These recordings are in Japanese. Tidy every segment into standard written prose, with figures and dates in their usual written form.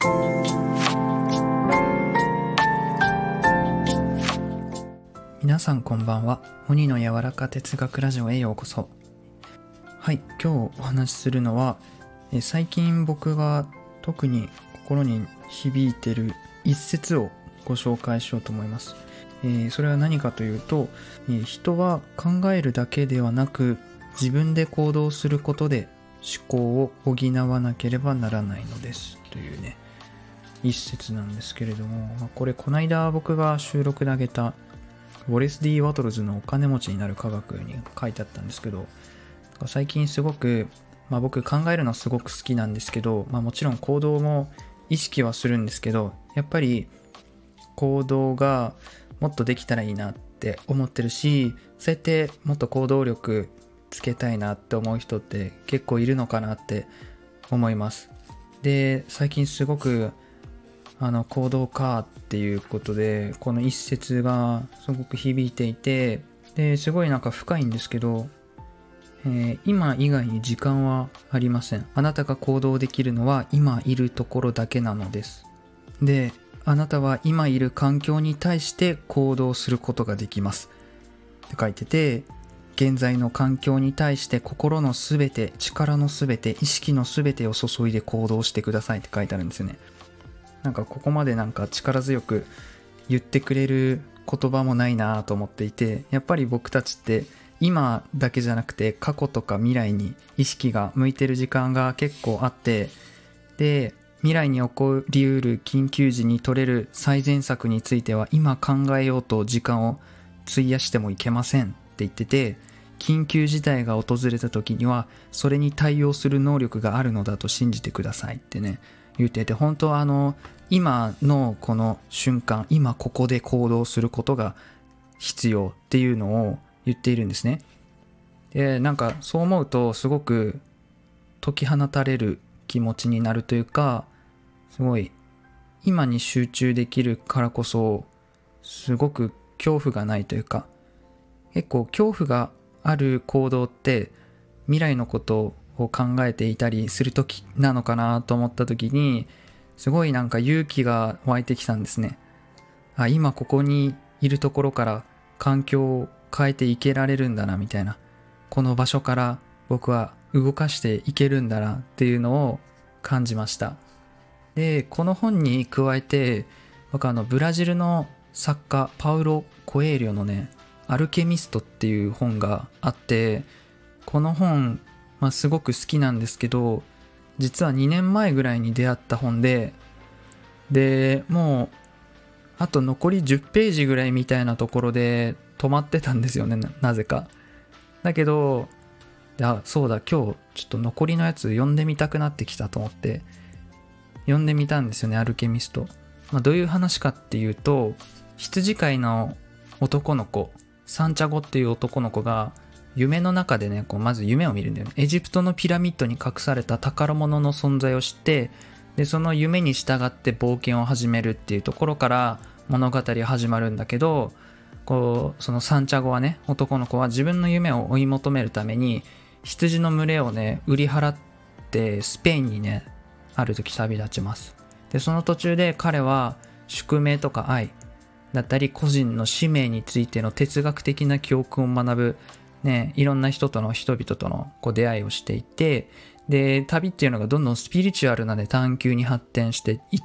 皆さんこんばんは。モニの柔らか哲学ラジオへようこそ。はい、今日お話しするのは最近僕が特に心に響いてる一節をご紹介しようと思います。それは何かというと、人は考えるだけではなく自分で行動することで思考を補わなければならないのですというね、一節なんですけれども、これこの間僕が収録であげたウォレス・D・ワトルズのお金持ちになる科学に書いてあったんですけど、最近すごく、僕考えるのすごく好きなんですけど、もちろん行動も意識はするんですけど、やっぱり行動がもっとできたらいいなって思ってるし、そうやってもっと行動力つけたいなって思う人って結構いるのかなって思います。で、最近すごく行動かっていうことで、この一節がすごく響いていて、ですごい深いんですけど、今以外に時間はありません。あなたが行動できるのは今いるところだけなのです。で、あなたは今いる環境に対して行動することができますって書いてて、現在の環境に対して心のすべて、力のすべて、意識のすべてを注いで行動してくださいって書いてあるんですよね。ここまで力強く言ってくれる言葉もないなと思っていて、やっぱり僕たちって今だけじゃなくて過去とか未来に意識が向いてる時間が結構あって、で未来に起こりうる緊急時に取れる最善策については今考えようと時間を費やしてもいけませんって言ってて、緊急事態が訪れた時にはそれに対応する能力があるのだと信じてくださいってね言ってて、本当は今のこの瞬間、今ここで行動することが必要っていうのを言っているんですね。で、そう思うとすごく解き放たれる気持ちになるというか、すごい今に集中できるからこそすごく恐怖がないというか、結構恐怖がある行動って未来のことを考えていたりする時なのかなと思った時に、すごい勇気が湧いてきたんですね。今ここにいるところから環境を変えていけられるんだなみたいな、この場所から僕は動かしていけるんだなっていうのを感じました。で、この本に加えて僕ブラジルの作家パウロ・コエーリョのね、アルケミストっていう本があって、この本、すごく好きなんですけど、実は2年前ぐらいに出会った本で、もうあと残り10ページぐらいみたいなところで止まってたんですよね、なぜか。だけど、そうだ、今日ちょっと残りのやつ読んでみたくなってきたと思って読んでみたんですよね、アルケミスト。どういう話かっていうと、羊飼いの男の子サンチャゴっていう男の子が夢の中でね、まず夢を見るんだよね。エジプトのピラミッドに隠された宝物の存在を知って、でその夢に従って冒険を始めるっていうところから物語は始まるんだけど、そのサンチャゴはね、男の子は自分の夢を追い求めるために羊の群れをね売り払ってスペインにねある時旅立ちます。でその途中で彼は宿命とか愛だったり個人の使命についての哲学的な教訓を学ぶね、いろんな人々との出会いをしていて、で旅っていうのがどんどんスピリチュアルな、探求に発展していって、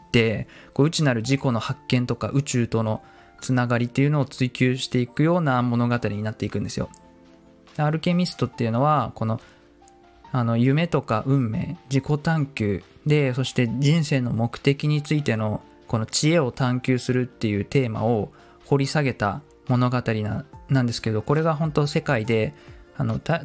内なる自己の発見とか宇宙とのつながりっていうのを追求していくような物語になっていくんですよ。アルケミストっていうのはこの夢とか運命、自己探求で、そして人生の目的についてのこの知恵を探求するっていうテーマを掘り下げた物語なんですけど、これが本当世界で確か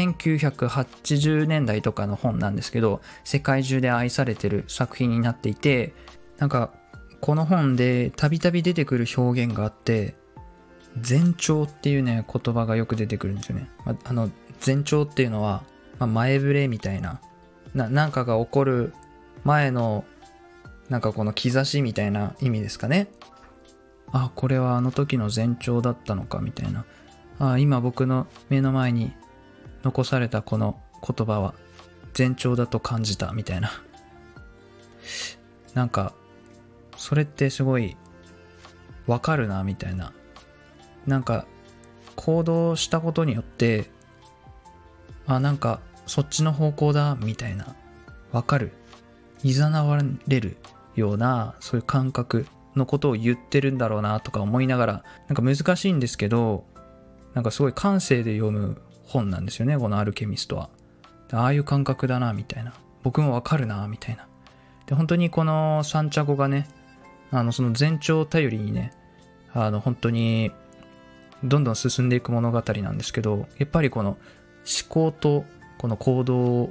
1980年代とかの本なんですけど、世界中で愛されてる作品になっていて、この本でたびたび出てくる表現があって、前兆っていうね言葉がよく出てくるんですよね。前兆っていうのは、前触れみたいな、なんかが起こる前のこの兆しみたいな意味ですかね。これはあの時の前兆だったのかみたいな。今僕の目の前に残されたこの言葉は前兆だと感じたみたいな。 なんかそれってすごいわかるなみたいな、なんか行動したことによってなんかそっちの方向だみたいな、わかる、誘われるようなそういう感覚のことを言ってるんだろうなとか思いながら、なんか難しいんですけど、なんかすごい感性で読む本なんですよね、このアルケミストは。ああいう感覚だなみたいな、僕もわかるなみたいな。で本当にこのサンチャゴがね、その前兆を頼りにね、本当にどんどん進んでいく物語なんですけど、やっぱりこの思考とこの行動を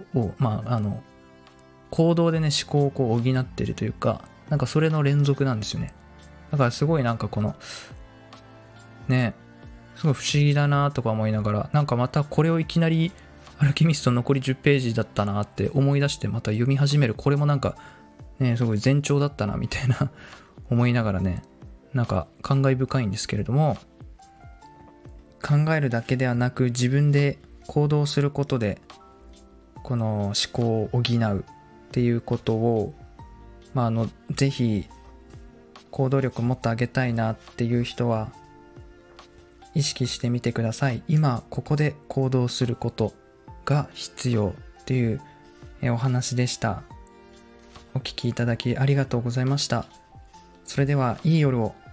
行動でね思考をこう補ってるというか、なんかそれの連続なんですよね。だからすごいなんかこのね、すごい不思議だなとか思いながら、なんかまたこれをいきなりアルケミスト残り10ページだったなって思い出してまた読み始める、これもなんかねすごい前兆だったなみたいな思いながらね、なんか感慨深いんですけれども、考えるだけではなく自分で行動することでこの思考を補うっていうことを、ぜひ行動力をもっと上げたいなっていう人は意識してみてください。今ここで行動することが必要っていうお話でした。お聞きいただきありがとうございました。それではいい夜を。